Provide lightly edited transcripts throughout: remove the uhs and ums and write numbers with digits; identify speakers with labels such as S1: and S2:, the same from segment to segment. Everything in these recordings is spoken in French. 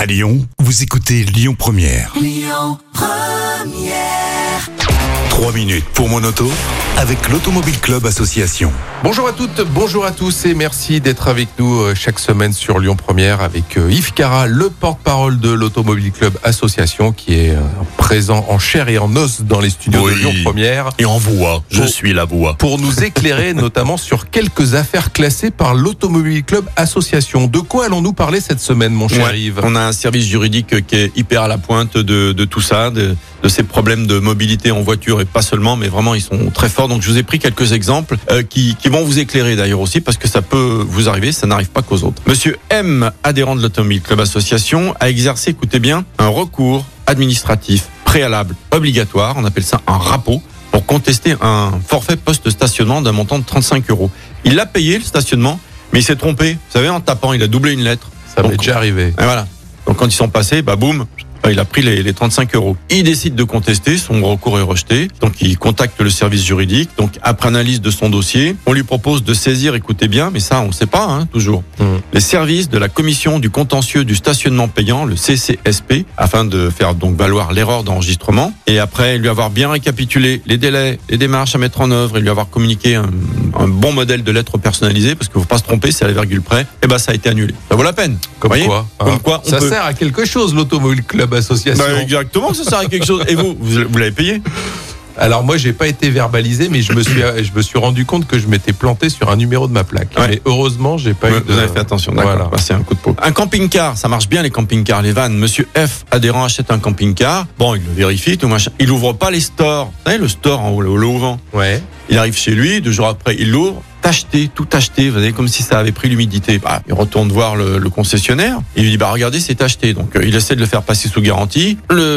S1: À Lyon, vous écoutez Lyon Première.
S2: Lyon Première.
S1: 3 minutes pour mon auto avec l'Automobile Club Association.
S3: Bonjour à toutes, bonjour à tous et merci d'être avec nous chaque semaine sur Lyon Première avec Yves Cara, le porte-parole de l'Automobile Club Association qui est présent en chair et en os dans les studios de Lyon Première.
S4: Et en voix, je suis la voix.
S3: Pour nous éclairer notamment sur quelques affaires classées par l'Automobile Club Association. De quoi allons-nous parler cette semaine, mon cher Yves ?
S4: On a un service juridique qui est hyper à la pointe de tout ça, de ces problèmes de mobilité en voiture et pas seulement, mais vraiment ils sont très forts. Donc je vous ai pris quelques exemples qui vont vous éclairer d'ailleurs aussi parce que ça peut vous arriver, ça n'arrive pas qu'aux autres. Monsieur M, adhérent de l'Automobile Club Association, a exercé, écoutez bien, un recours administratif préalable obligatoire, on appelle ça un RAPO, pour contester un forfait post-stationnement d'un montant de 35 €. Il a payé le stationnement, mais il s'est trompé. Vous savez, en tapant, il a doublé une lettre.
S3: Ça m'est déjà arrivé.
S4: Et voilà. Donc quand ils sont passés, boum, il a pris les 35 €. Il décide de contester, son recours est rejeté. Donc il contacte le service juridique. Donc après analyse de son dossier, on lui propose de saisir, écoutez bien, mais ça on ne sait pas toujours, les services de la commission du contentieux du stationnement payant, le CCSP, afin de faire donc valoir l'erreur d'enregistrement. Et après lui avoir bien récapitulé les délais, les démarches à mettre en œuvre et lui avoir communiqué un bon modèle de lettre personnalisée, parce qu'il ne faut pas se tromper, c'est à la virgule près, et ça a été annulé. Ça vaut la peine.
S3: Comme quoi,
S4: on
S3: ça
S4: peut...
S3: sert à quelque chose l'Automobile Club Association.
S4: Exactement, ça sert à quelque chose. Et vous l'avez payé ?
S3: Alors moi, j'ai pas été verbalisé, mais je me suis rendu compte que je m'étais planté sur un numéro de ma plaque.
S4: Ouais.
S3: Mais heureusement, j'ai pas eu de...
S4: Vous avez fait attention, d'accord.
S3: Voilà.
S4: C'est un coup de peau. Un camping-car, ça marche bien les camping-cars, les vannes. Monsieur F, adhérent, achète un camping-car. Bon, il le vérifie, tout machin. Il ouvre pas les stores. Vous savez, le store en haut, le haut-vent.
S3: Ouais.
S4: Il arrive chez lui, 2 jours après, il l'ouvre. Tout acheté, vous voyez, comme si ça avait pris l'humidité. Il retourne voir le concessionnaire. Il lui dit, regardez, c'est acheté. Donc, il essaie de le faire passer sous garantie.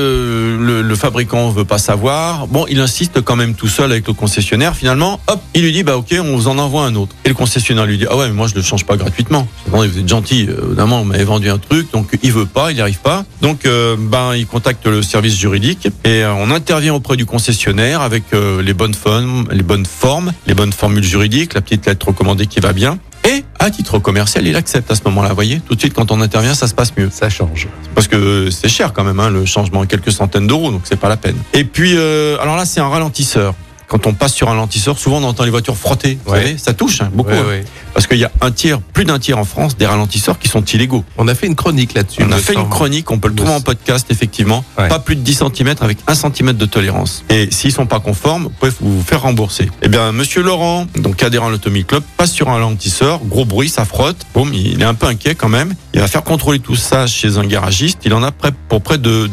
S4: Le fabricant veut pas savoir. Bon, il insiste quand même tout seul avec le concessionnaire. Finalement, hop, il lui dit, ok, on vous en envoie un autre. Et le concessionnaire lui dit, ah ouais, mais moi, je le change pas gratuitement. Attendez, vous êtes gentil. Évidemment, on m'avait vendu un truc. Donc, il veut pas, il n'y arrive pas. Donc, il contacte le service juridique et on intervient auprès du concessionnaire avec les bonnes formes, les bonnes formules juridiques, la petite lettre recommandée qui va bien. Et à titre commercial, il accepte à ce moment-là. Vous voyez, tout de suite, quand on intervient, ça se passe mieux.
S3: Ça change.
S4: Parce que c'est cher quand même, le changement, quelques centaines d'euros, donc c'est pas la peine. Et puis, alors là, c'est un ralentisseur. Quand on passe sur un ralentisseur, souvent on entend les voitures frotter. Vous savez, ça touche beaucoup.
S3: Ouais.
S4: Parce qu'il y a plus d'un tiers en France des ralentisseurs qui sont illégaux.
S3: On a fait une chronique là-dessus.
S4: On a fait une chronique, on peut le trouver en podcast, effectivement. Ouais. Pas plus de 10 cm avec 1 cm de tolérance. Et s'ils sont pas conformes, vous pouvez vous faire rembourser. Eh bien, monsieur Laurent, donc adhérent à l'Automobile Club, passe sur un ralentisseur, gros bruit, ça frotte. Boum, il est un peu inquiet quand même. Il va faire contrôler tout ça chez un garagiste. Il en a pour près de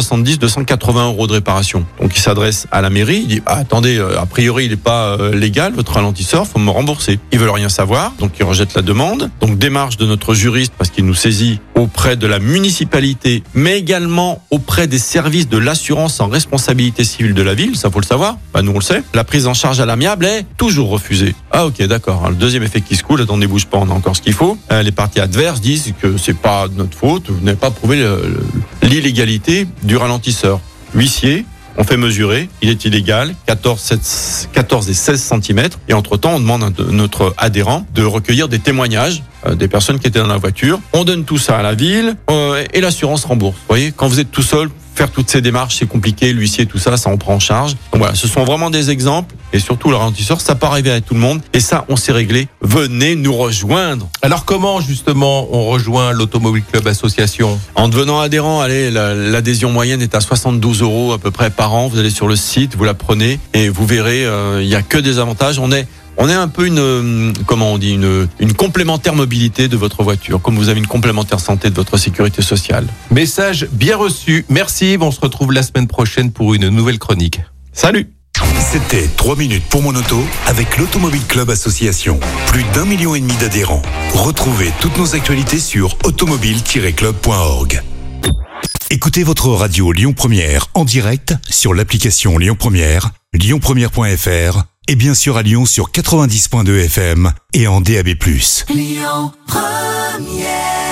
S4: 280 € de réparation. Donc il s'adresse à la mairie. Il dit, attendez, a priori il n'est pas légal, votre ralentisseur, faut me rembourser. Ils veulent rien savoir, donc ils rejettent la demande. Donc démarche de notre juriste, parce qu'il nous saisit auprès de la municipalité, mais également auprès des services de l'assurance en responsabilité civile de la ville, ça faut le savoir, nous on le sait. La prise en charge à l'amiable est toujours refusée. Ah ok, d'accord. Le deuxième effet qui se coule, attendez, bouge pas, on a encore ce qu'il faut. Les parties adverses disent que c'est pas de notre faute, vous n'avez pas prouvé l'illégalité du ralentisseur. Huissier, on fait mesurer, il est illégal, 14 et 16 cm. Et entre-temps, on demande à notre adhérent de recueillir des témoignages des personnes qui étaient dans la voiture. On donne tout ça à la ville et l'assurance rembourse. Vous voyez, quand vous êtes tout seul, faire toutes ces démarches, c'est compliqué, l'huissier, tout ça, ça en prend en charge. Donc voilà, ce sont vraiment des exemples. Et surtout, le ralentisseur, ça peut arriver à tout le monde. Et ça, on s'est réglé. Venez nous rejoindre.
S3: Alors comment, justement, on rejoint l'Automobile Club Association ?
S4: En devenant adhérent, l'adhésion moyenne est à 72 € à peu près par an. Vous allez sur le site, vous la prenez et vous verrez, il y a que des avantages. On est un peu une complémentaire mobilité de votre voiture, comme vous avez une complémentaire santé de votre sécurité sociale.
S3: Message bien reçu. Merci Yves, on se retrouve la semaine prochaine pour une nouvelle chronique.
S4: Salut.
S1: C'était 3 minutes pour mon auto avec l'Automobile Club Association. Plus d'1,5 million d'adhérents. Retrouvez toutes nos actualités sur automobile-club.org. Écoutez votre radio Lyon Première en direct sur l'application Lyon Première, lyonpremière.fr et bien sûr à Lyon sur 90.2 FM et en DAB+.
S2: Lyon Première.